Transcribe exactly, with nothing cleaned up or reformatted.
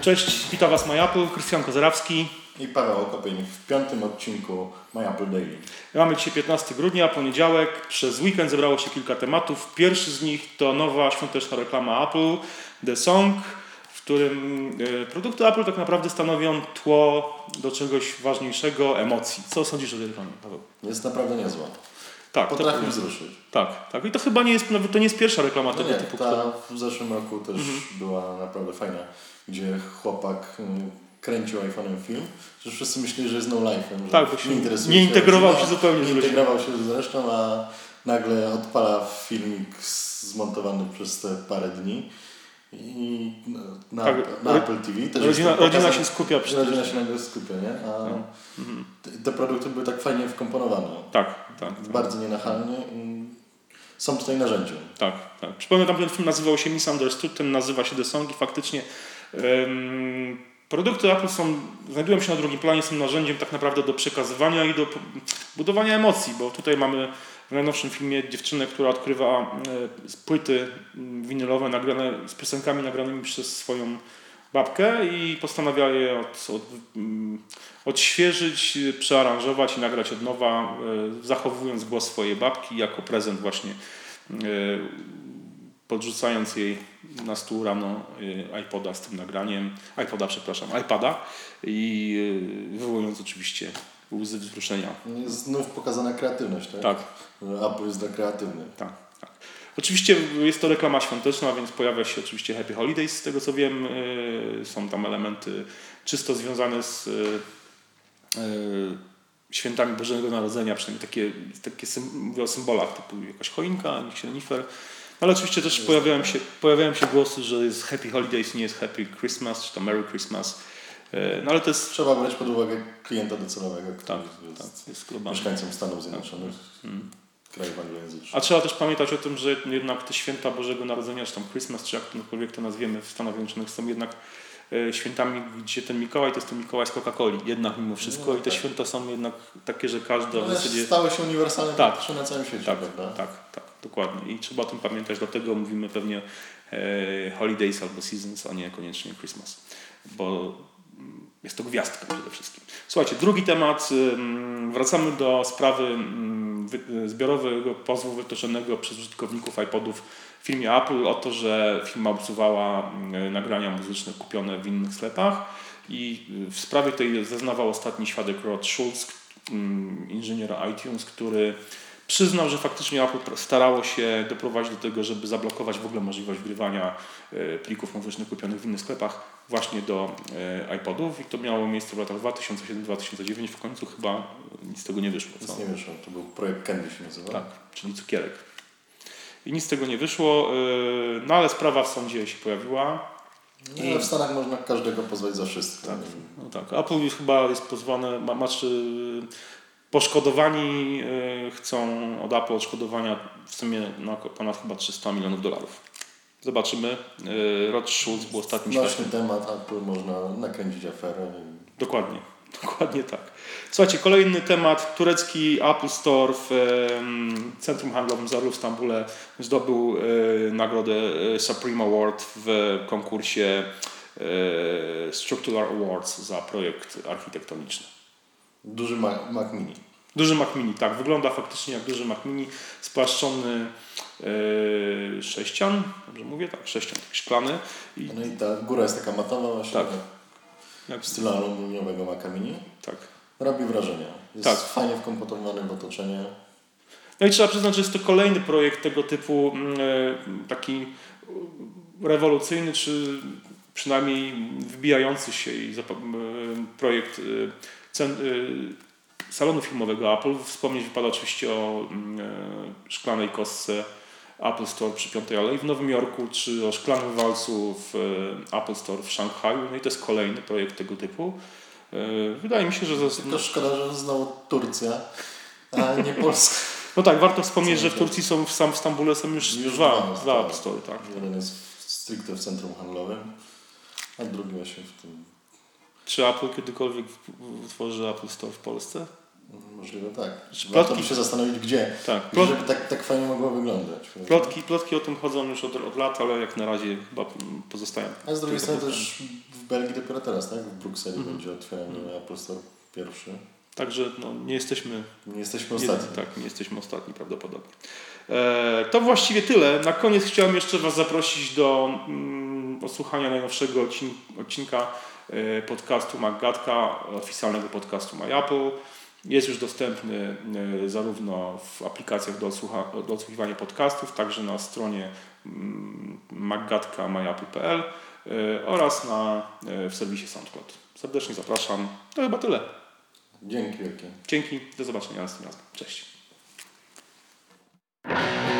Cześć, witam Was My Apple, Krystian Kozerawski i Paweł Okopień w piątym odcinku My Apple Daily. Mamy dzisiaj piętnastego grudnia, poniedziałek. Przez weekend zebrało się kilka tematów. Pierwszy z nich to nowa świąteczna reklama Apple, The Song, w którym e, produkty Apple tak naprawdę stanowią tło do czegoś ważniejszego, emocji. Co sądzisz o tej reklamie, Paweł? Jest naprawdę niezła. Tak, potrafi to, wzruszyć. Tak, tak. I to chyba nie jest, nawet to nie jest pierwsza reklama no tego nie, typu. Ta która... w zeszłym roku też mhm. była naprawdę fajna, gdzie chłopak kręcił iPhone'em film, że wszyscy myśleli, że jest no life'em, że tak, bo się nie, nie integrował się no, zupełnie nie integrował się z resztą, a nagle odpala filmik zmontowany przez te parę dni i na, tak, na Apple T V też rodzina, pokazane, rodzina się skupia przy rodzina tym. się nagle skupia, nie? A no. mhm. te produkty były tak fajnie wkomponowane. Tak, tak. Bardzo nienachalnie i są tutaj narzędziem. Tak, tak. Przypomnę, tam ten film nazywał się Misunderstood, ten nazywa się The Song i faktycznie um, produkty Apple są, znajdują się na drugim planie, są narzędziem tak naprawdę do przekazywania i do budowania emocji, bo tutaj mamy w najnowszym filmie dziewczynę, która odkrywa e, płyty winylowe nagrane z piosenkami nagranymi przez swoją babkę i postanawia je od, od, um, odświeżyć, przearanżować i nagrać od nowa, e, zachowując głos swojej babki jako prezent właśnie, e, podrzucając jej na stół rano e, iPoda z tym nagraniem, iPoda, przepraszam, iPada i e, wywołując oczywiście łzy wzruszenia. Jest znów pokazana kreatywność, tak? Tak. Apple jest dla kreatywny. Tak, tak. Oczywiście jest to reklama świąteczna, więc pojawia się oczywiście Happy Holidays, z tego co wiem. Są tam elementy czysto związane z świętami Bożego Narodzenia, przynajmniej takie, takie mówię o symbolach typu jakaś choinka, jakiś renifer. Ale oczywiście też pojawiają się, pojawiają się głosy, że jest Happy Holidays, nie jest Happy Christmas, czy to Merry Christmas. No ale to jest... Trzeba brać pod uwagę klienta docelowego, który tak, jest, tak, jest mieszkańcem Stanów Zjednoczonych, tak. hmm. krajów anglojęzycznych. A trzeba też pamiętać o tym, że jednak te święta Bożego Narodzenia, czy tam Christmas, czy jakkolwiek to nazwiemy w Stanach Zjednoczonych, są jednak e, świętami, gdzie ten Mikołaj to jest ten Mikołaj z Coca-Coli, jednak mimo wszystko no, i te tak. święta są jednak takie, że każda no, w zasadzie... stały się uniwersalne tak, na całym świecie, tak, prawda? Tak, tak, dokładnie. I trzeba o tym pamiętać, dlatego mówimy pewnie e, Holidays albo Seasons, a nie koniecznie Christmas, bo jest to gwiazdka przede wszystkim. Słuchajcie, drugi temat. Wracamy do sprawy zbiorowego pozwu wytoczonego przez użytkowników iPodów w firmie Apple o to, że firma obsuwała nagrania muzyczne kupione w innych sklepach i w sprawie tej zeznawał ostatni świadek Rod Schulz, inżynier iTunes, który przyznał, że faktycznie Apple starało się doprowadzić do tego, żeby zablokować w ogóle możliwość wgrywania plików muzycznych kupionych w innych sklepach właśnie do iPodów i to miało miejsce w latach dwa tysiące siedem do dwa tysiące dziewięć. W końcu chyba nic z tego nie wyszło. Nic nie wyszło. To był projekt Candy się nazywał. Tak, czyli cukierek. I nic z tego nie wyszło, no ale sprawa w sądzie się pojawiła. No, ale w Stanach można każdego pozwać za wszystko. Tak, no tak. Apple już chyba jest pozwane, ma, ma czy poszkodowani y, chcą od Apple odszkodowania w sumie na ponad chyba trzysta milionów dolarów. Zobaczymy. Y, Rod Schulz był ostatnim świadkiem. Temat Apple można nakręcić aferę. Dokładnie. Dokładnie tak. Słuchajcie, kolejny temat. Turecki Apple Store w y, centrum handlowym Zarlu w Stambule zdobył y, nagrodę y, Supreme Award w konkursie y, Structural Awards za projekt architektoniczny. Duży Mac Mini. Duży Mac Mini, tak. Wygląda faktycznie jak duży Mac Mini. Spłaszczony yy, sześcian. Dobrze mówię? Tak, sześcian, taki szklany. I... No i ta góra jest taka matowa właśnie. Tak. Jak w stylu aluminiowego Maca Mini. Tak. Robi wrażenie. Jest tak. fajnie wkomponowany w otoczenie. No i trzeba przyznać, że jest to kolejny projekt tego typu yy, taki rewolucyjny, czy przynajmniej wybijający się i yy, projekt yy, cen, yy, salonu filmowego Apple. Wspomnieć wypada oczywiście o e, szklanej kostce Apple Store przy Piątej Alei w Nowym Jorku, czy o szklanym walcu w e, Apple Store w Szanghaju. No i to jest kolejny projekt tego typu. E, wydaje mi się, że... Zas... Tylko szkoda, że znowu Turcja, a nie Polska. No tak, warto wspomnieć, że w Turcji są, w, sam w Stambule są już, już dwa, dwa, dwa Apple Store. Tak. Jeden jest stricte w centrum handlowym, a drugi właśnie w tym... Czy Apple kiedykolwiek utworzy Apple Store w Polsce? Możliwe tak. Warto by się zastanowić gdzie. Tak. Plot... Żeby tak, tak fajnie mogło wyglądać. Plotki, plotki o tym chodzą już od, od lat, ale jak na razie chyba pozostają. A z drugiej strony też w Belgii dopiero teraz, tak? W Brukseli Mhm. będzie otwierany mhm. Apple Store pierwszy. Także no, nie jesteśmy... Nie jesteśmy ostatni. Nie, tak, nie jesteśmy ostatni prawdopodobnie. E, to właściwie tyle. Na koniec chciałem jeszcze Was zaprosić do mm, odsłuchania najnowszego odcin- odcinka e, podcastu Maggatka, oficjalnego podcastu MyApple. Jest już dostępny e, zarówno w aplikacjach do, odsłucha- do odsłuchiwania podcastów, także na stronie mm, maggatka kropka myapple kropka p l e, oraz na, e, w serwisie SoundCloud. Serdecznie zapraszam. To chyba tyle. Dzięki wielkie. Dzięki. Do zobaczenia następnym razem. Cześć.